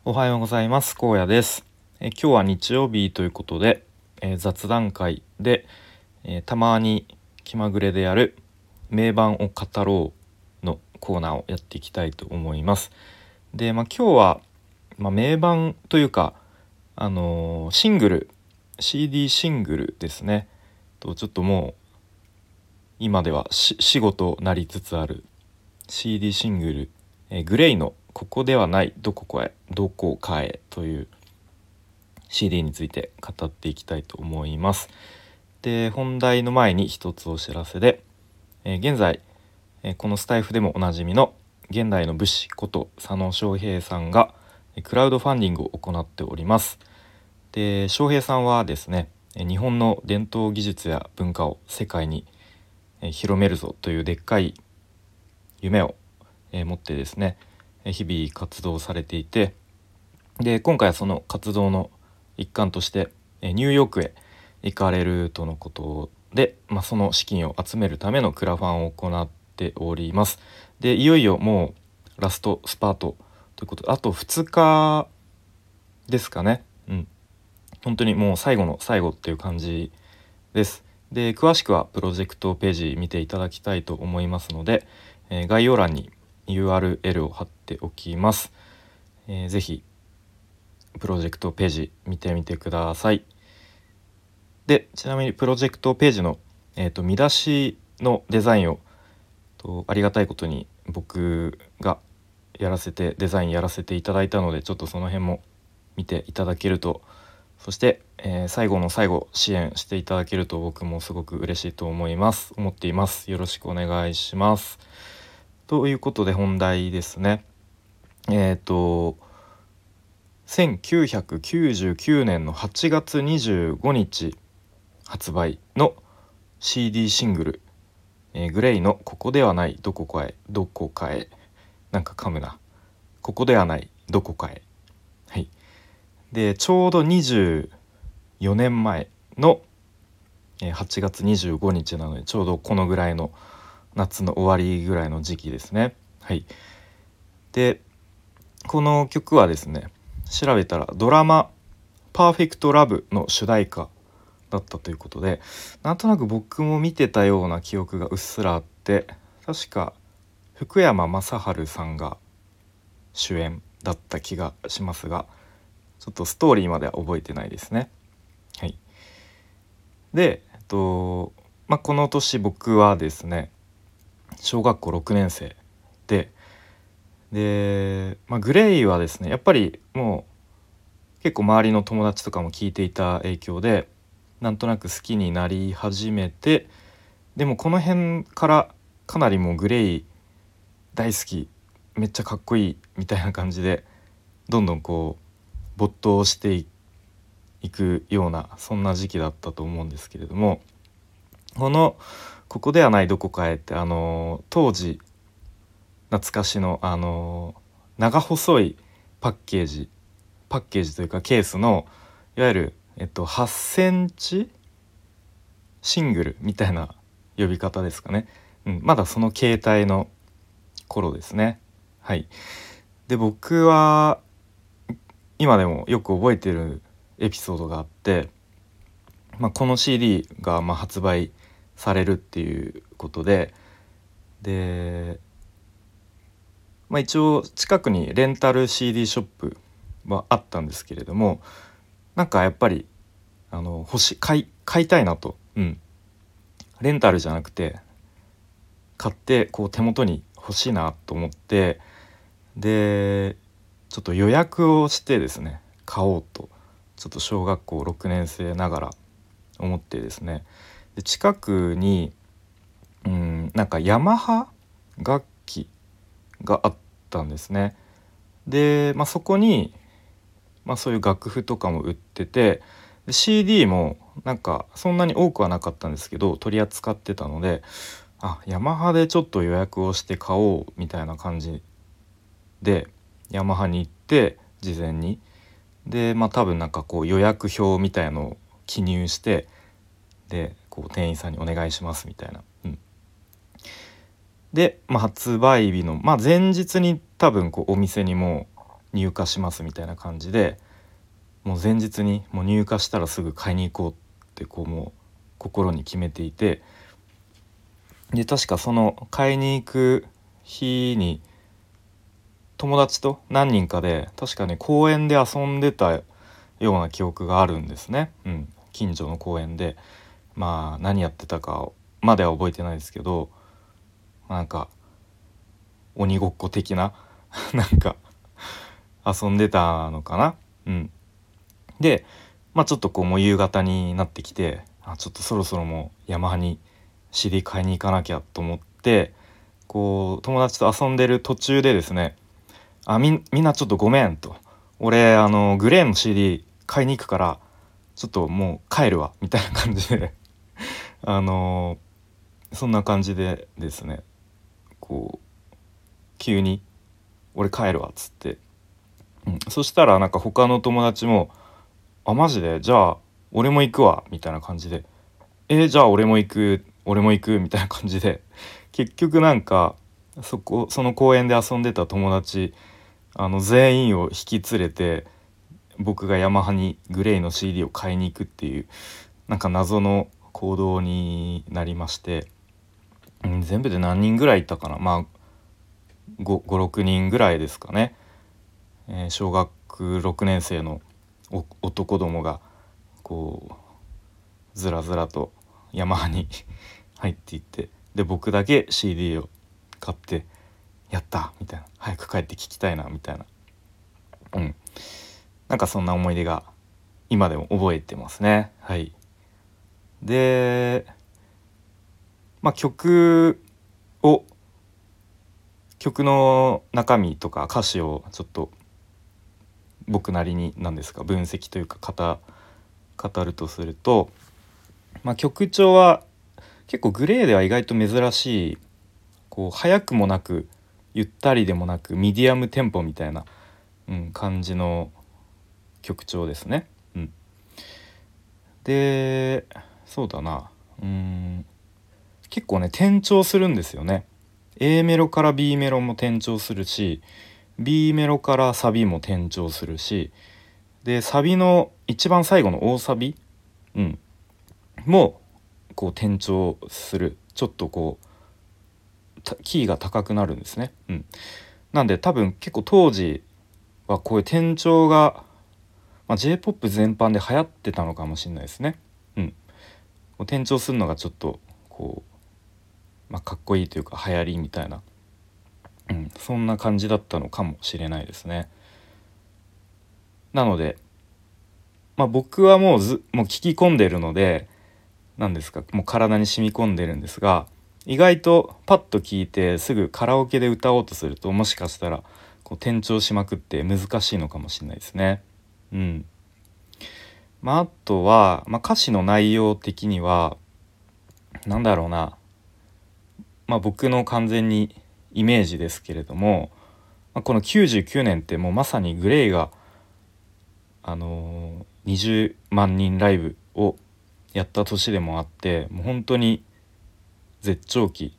おはようございます。荒野です。今日は日曜日ということで、雑談会で、たまに気まぐれでやる名盤を語ろうのコーナーをやっていきたいと思います。で、今日は、名盤というか、シングル CD シングルですね。ちょっともう今では死後となりつつある CD シングル、グレイのここではないどこかへという CD について語っていきたいと思います。で、本題の前に一つお知らせで、現在、このスタイフでもおなじみの現代の武士こと佐野翔平さんがクラウドファンディングを行っております。で、翔平さんはですね、日本の伝統技術や文化を世界に広めるぞというでっかい夢を持ってですね、日々活動されていて、で今回はその活動の一環としてニューヨークへ行かれるとのことで、その資金を集めるためのクラファンを行っております。でいよいよもうラストスパートということで、あと2日ですかね。本当にもう最後の最後っていう感じです。で詳しくはプロジェクトページ見ていただきたいと思いますので、概要欄に URL を貼っておきます。ぜひプロジェクトページ見てみてください。でちなみにプロジェクトページの、見出しのデザインをありがたいことに僕がデザインやらせていただいたので、ちょっとその辺も見ていただけると、そして、最後の最後支援していただけると僕もすごく嬉しいと思っています。よろしくお願いします。ということで本題ですね。1999年の8月25日発売の CD シングル、グレイのここではないどこかへ、なんか噛むな、ここではないどこかへ。はい。でちょうど24年前の8月25日なので、ちょうどこのぐらいの夏の終わりぐらいの時期ですね。はい。でこの曲はですね、調べたらドラマパーフェクトラブの主題歌だったということで、なんとなく僕も見てたような記憶がうっすらあって、確か福山雅治さんが主演だった気がしますが、ちょっとストーリーまでは覚えてないですね。はい。で、この年僕はですね小学校6年生で、グレイはですねやっぱりもう結構周りの友達とかも聞いていた影響でなんとなく好きになり始めて、でもこの辺からかなりもうグレイ大好き、めっちゃかっこいいみたいな感じでどんどんこう没頭していくような、そんな時期だったと思うんですけれども、ここではないどこかへって、当時懐かしの長細いパッケージというかケースのいわゆる、8センチシングルみたいな呼び方ですかね。まだその携帯の頃ですね。はい。で僕は今でもよく覚えてるエピソードがあって、この CD が発売されるっていうことで、一応近くにレンタル CD ショップはあったんですけれども、なんかやっぱり買いたいなと、レンタルじゃなくて買ってこう手元に欲しいなと思って、でちょっと予約をしてですね買おうと、ちょっと小学校6年生ながら思ってですね、で近くになんかヤマハ楽器があったんですね。で、そこに、そういう楽譜とかも売ってて、で CD もなんかそんなに多くはなかったんですけど取り扱ってたので、ヤマハでちょっと予約をして買おうみたいな感じでヤマハに行って事前に、で多分なんかこう予約表みたいのを記入して、でこう店員さんにお願いしますみたいな。で、発売日の、前日に多分こうお店にもう入荷しますみたいな感じで、もう前日にもう入荷したらすぐ買いに行こうってこうもう心に決めていて、で確かその買いに行く日に友達と何人かで確かね公園で遊んでたような記憶があるんですね。近所の公園でまあ何やってたかまでは覚えてないですけど、なんか鬼ごっこ的ななんか遊んでたのかな。でちょっとこうもう夕方になってきて、ちょっとそろそろもうヤマハに CD 買いに行かなきゃと思って、こう友達と遊んでる途中でですね、みんなちょっとごめんと、俺グレーの CD 買いに行くからちょっともう帰るわみたいな感じでそんな感じでですね、こう急に俺帰るわっつって、そしたらなんか他の友達もマジでじゃあ俺も行くわみたいな感じで、じゃあ俺も行くみたいな感じで、結局なんかその公園で遊んでた友達全員を引き連れて僕がヤマハにグレイの CD を買いに行くっていうなんか謎の行動になりまして、全部で何人ぐらいいたかな、56人ぐらいですかね。小学6年生の男どもがこうずらずらとヤマハに入っていって、で僕だけ CD を買ってやったみたいな、早く帰って聞きたいなみたいな、なんかそんな思い出が今でも覚えてますね。はい。で曲の中身とか歌詞をちょっと僕なりに何ですか分析というか語るとすると、曲調は結構グレーでは意外と珍しい、こう速くもなくゆったりでもなくミディアムテンポみたいな、感じの曲調ですね。でそうだな、結構ね転調するんですよね。A メロから B メロも転調するし、 B メロからサビも転調するし、でサビの一番最後の大サビ、もこう転調する、ちょっとこうキーが高くなるんですね。なんで多分結構当時はこういう転調が、J-POP 全般で流行ってたのかもしれないですね。転調するのがちょっとこう、かっこいいというか流行りみたいな、そんな感じだったのかもしれないですね。なので、僕はもう聞き込んでるので何ですか、もう体に染み込んでるんですが、意外とパッと聞いてすぐカラオケで歌おうとするともしかしたらこう転調しまくって難しいのかもしれないですね。あとは、歌詞の内容的にはなんだろうな、僕の完全にイメージですけれども、この99年ってもうまさにグレイが20万人ライブをやった年でもあって、もう本当に絶頂期、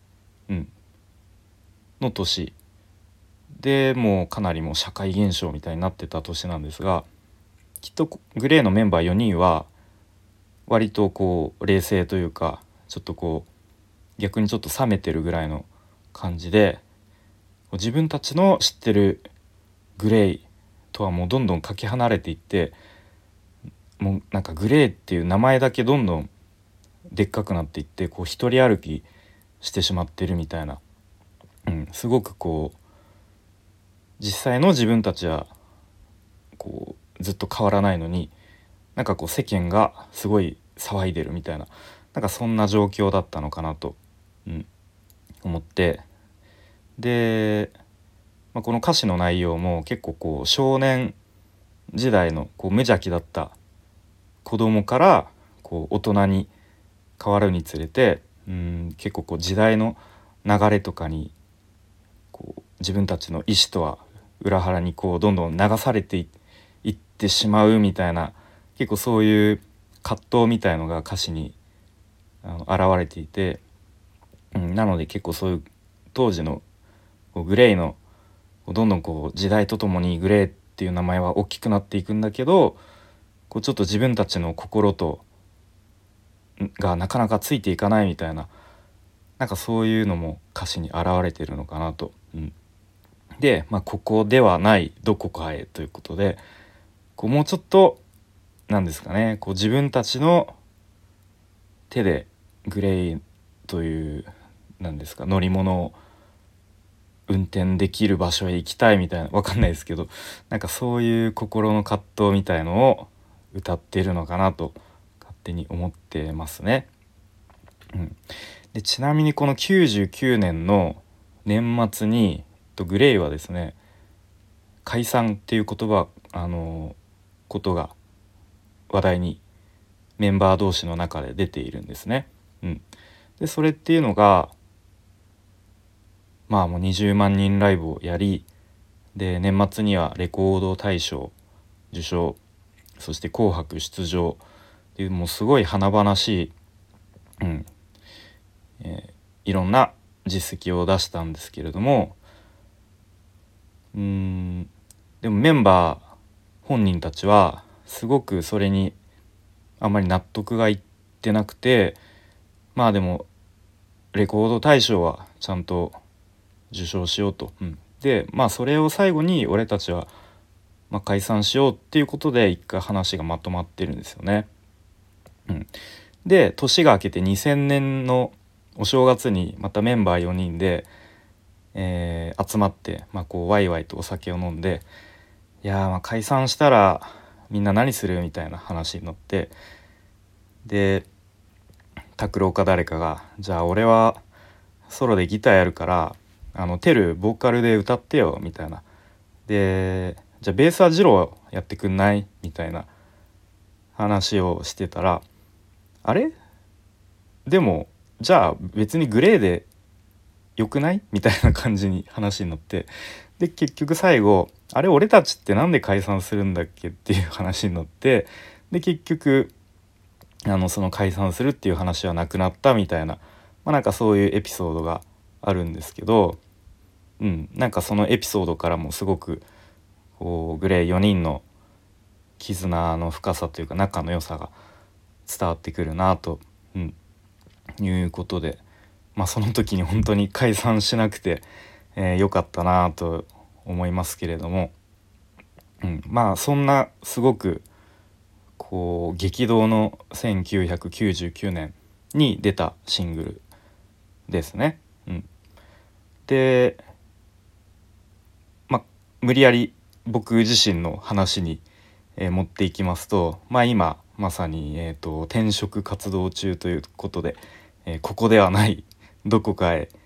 の年で、もうかなりもう社会現象みたいになってた年なんですが、きっとグレーのメンバー4人は割とこう冷静というか、ちょっとこう逆にちょっと冷めてるぐらいの感じで、自分たちの知ってるグレイとはもうどんどんかけ離れていって、もうなんかグレーっていう名前だけどんどんでっかくなっていって、こう一人歩きしてしまってるみたいな、すごくこう実際の自分たちはこうずっと変わらないのに、なんかこう世間がすごい騒いでるみたいな、なんかそんな状況だったのかなと、思って、で、この歌詞の内容も結構こう少年時代のこう無邪気だった子供からこう大人に変わるにつれて、結構こう時代の流れとかにこう自分たちの意思とは裏腹にこうどんどん流されていってしまうみたいな、結構そういう葛藤みたいのが歌詞に現れていて、なので結構そういう当時のグレイのどんどん時代とともにグレーっていう名前は大きくなっていくんだけど、ちょっと自分たちの心とがなかなかついていかないみたいな、なんかそういうのも歌詞に表れてるのかなと。で、ここではないどこかへということで、もうちょっとなんですかね、自分たちの手でグレーというなんですか乗り物を運転できる場所へ行きたいみたいな、わかんないですけど、なんかそういう心の葛藤みたいのを歌ってるのかなと勝手に思ってますね。でちなみにこの99年の年末にグレイはですね、解散っていうことが話題にメンバー同士の中で出ているんですね。でそれっていうのがもう20万人ライブをやり、で年末にはレコード大賞受賞、そして紅白出場っていうもうすごい華々しい、いろんな実績を出したんですけれども、でもメンバー本人たちはすごくそれにあまり納得がいってなくて、でもレコード大賞はちゃんと受賞しようと、でそれを最後に俺たちは、解散しようっていうことで一回話がまとまってるんですよね。で年が明けて2000年のお正月にまたメンバー4人で、集まって、ワイワイとお酒を飲んで、いや解散したらみんな何するみたいな話になって、で拓郎か誰かがじゃあ俺はソロでギターやるからテルボーカルで歌ってよみたいな、でじゃあベースはジローやってくんないみたいな話をしてたら、あれでもじゃあ別にグレーでよくないみたいな感じに話になって、で結局最後あれ俺たちってなんで解散するんだっけっていう話になって、で結局その解散するっていう話はなくなったみたいな、なんかそういうエピソードがあるんですけど、なんかそのエピソードからもすごくグレー4人の絆の深さというか仲の良さが伝わってくるなと、いうことで、その時に本当に解散しなくてよかったなと思いますけれども、そんなすごく激動の1999年に出たシングルですね。で、無理やり僕自身の話に、持っていきますと、今まさに、転職活動中ということで、ここではないどこかへ、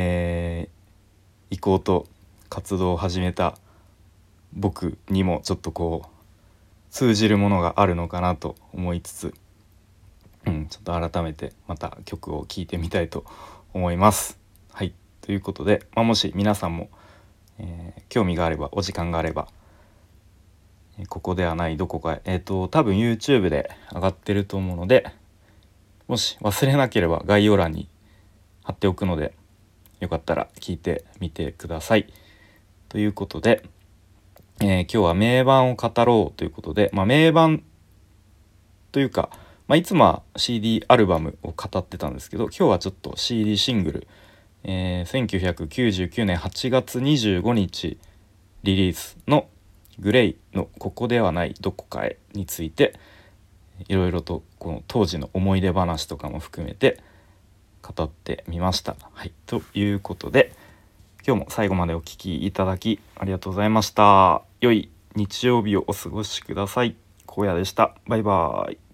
行こうと活動を始めた僕にもちょっと通じるものがあるのかなと思いつつ、ちょっと改めてまた曲を聴いてみたいと思います。はい、ということで、もし皆さんも、興味があればお時間があれば、ここではないどこかへ、多分 YouTube で上がってると思うので、もし忘れなければ概要欄に貼っておくので、よかったら聞いてみてください。ということで、今日は名盤を語ろうということで、名盤というか、いつもは CD アルバムを語ってたんですけど、今日はちょっと CD シングル、1999年8月25日リリースのグレイのここではないどこかへについて、いろいろとこの当時の思い出話とかも含めて語ってみました。はい、ということで今日も最後までお聞きいただきありがとうございました。良い日曜日をお過ごしください。荒野でした。バイバーイ。